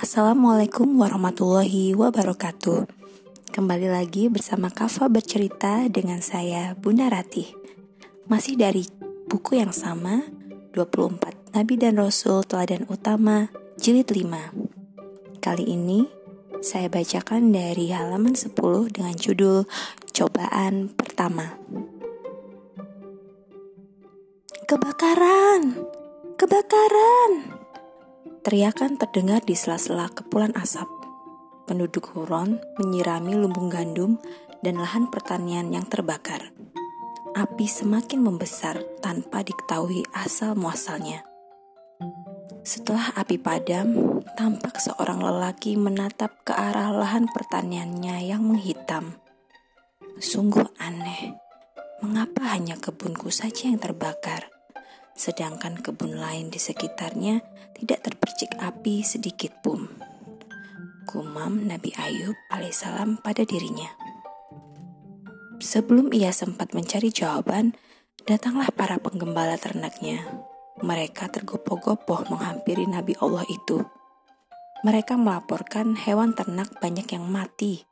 Assalamualaikum warahmatullahi wabarakatuh. Kembali lagi bersama Kafa bercerita dengan saya, Bunda Ratih. Masih dari buku yang sama, 24 Nabi dan Rasul Teladan Utama, Jilid 5. Kali ini, saya bacakan dari halaman 10 dengan judul Cobaan Pertama. Kebakaran! Kebakaran! Teriakan terdengar di sela-sela kepulan asap. Penduduk Huron menyirami lumbung gandum dan lahan pertanian yang terbakar. Api semakin membesar tanpa diketahui asal muasalnya. Setelah api padam, tampak seorang lelaki menatap ke arah lahan pertaniannya yang menghitam. Sungguh aneh, mengapa hanya kebunku saja yang terbakar, sedangkan kebun lain di sekitarnya tidak terpercik api sedikit pun. Gumam Nabi Ayub alaihissalam pada dirinya. Sebelum ia sempat mencari jawaban, datanglah para penggembala ternaknya. Mereka tergopoh-gopoh menghampiri Nabi Allah itu. Mereka melaporkan hewan ternak banyak yang mati.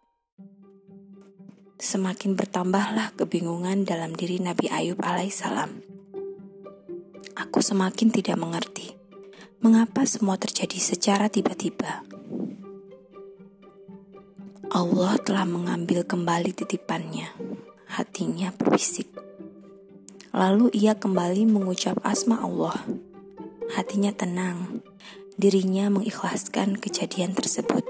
Semakin bertambahlah kebingungan dalam diri Nabi Ayub alaihissalam. Aku semakin tidak mengerti mengapa semua terjadi secara tiba-tiba. Allah telah mengambil kembali titipannya. Hatinya berbisik. Lalu ia kembali mengucap asma Allah. Hatinya tenang. Dirinya mengikhlaskan kejadian tersebut.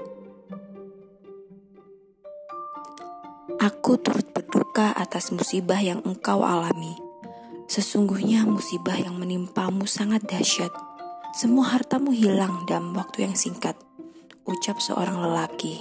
Aku turut berduka atas musibah yang engkau alami. Sesungguhnya musibah yang menimpamu sangat dahsyat. Semua hartamu hilang dalam waktu yang singkat, ucap seorang lelaki.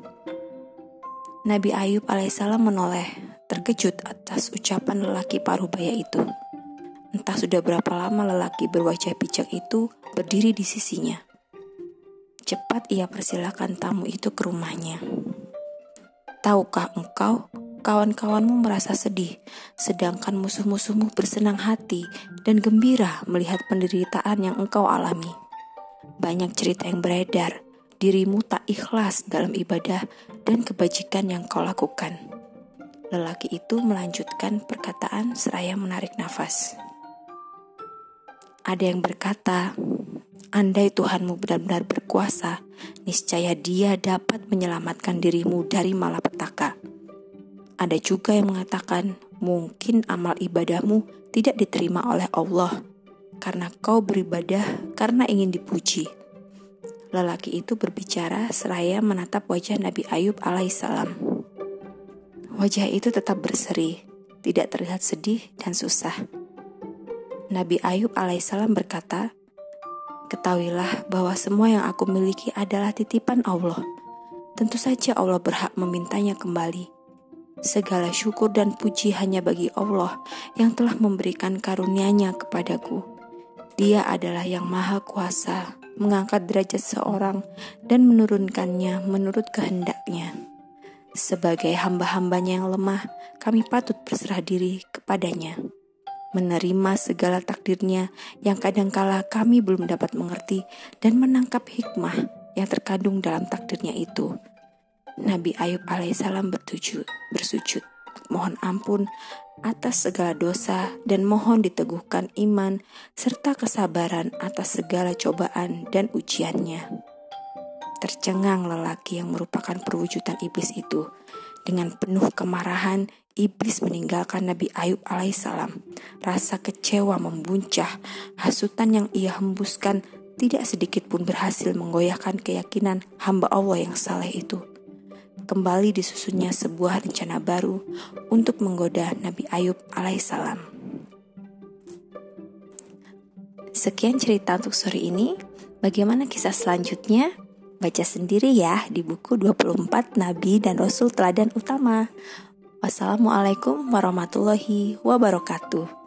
Nabi Ayub alaihissalam menoleh, terkejut atas ucapan lelaki parubaya itu. Entah sudah berapa lama lelaki berwajah bijak itu berdiri di sisinya. Cepat ia persilakan tamu itu ke rumahnya. Tahukah engkau, kawan-kawanmu merasa sedih, sedangkan musuh-musuhmu bersenang hati dan gembira melihat penderitaan yang engkau alami. Banyak cerita yang beredar, dirimu tak ikhlas dalam ibadah dan kebajikan yang kau lakukan. Lelaki itu melanjutkan perkataan seraya menarik nafas. Ada yang berkata, andai Tuhanmu benar-benar berkuasa, niscaya Dia dapat menyelamatkan dirimu dari malapetaka. Ada juga yang mengatakan, mungkin amal ibadahmu tidak diterima oleh Allah, karena kau beribadah karena ingin dipuji. Lelaki itu berbicara seraya menatap wajah Nabi Ayub alaihissalam. Wajah itu tetap berseri, tidak terlihat sedih dan susah. Nabi Ayub alaihissalam berkata, ketahuilah bahwa semua yang aku miliki adalah titipan Allah. Tentu saja Allah berhak memintanya kembali. Segala syukur dan puji hanya bagi Allah yang telah memberikan karunia-Nya kepadaku. Dia adalah yang maha kuasa, mengangkat derajat seorang dan menurunkannya menurut kehendak-Nya. Sebagai hamba-hambanya yang lemah, kami patut berserah diri kepadanya. Menerima segala takdirnya yang kadangkala kami belum dapat mengerti dan menangkap hikmah yang terkandung dalam takdirnya itu. Nabi Ayub alaihissalam bersujud, mohon ampun atas segala dosa dan mohon diteguhkan iman serta kesabaran atas segala cobaan dan ujiannya. Tercengang lelaki yang merupakan perwujudan iblis itu. Dengan penuh kemarahan, iblis meninggalkan Nabi Ayub alaihissalam. Rasa kecewa membuncah, hasutan yang ia hembuskan tidak sedikit pun berhasil menggoyahkan keyakinan hamba Allah yang saleh itu. Kembali disusunnya sebuah rencana baru untuk menggoda Nabi Ayub alaihissalam. Sekian cerita untuk sore ini. Bagaimana kisah selanjutnya? Baca sendiri ya di buku 24 Nabi dan Rasul Teladan Utama. Wassalamualaikum warahmatullahi wabarakatuh.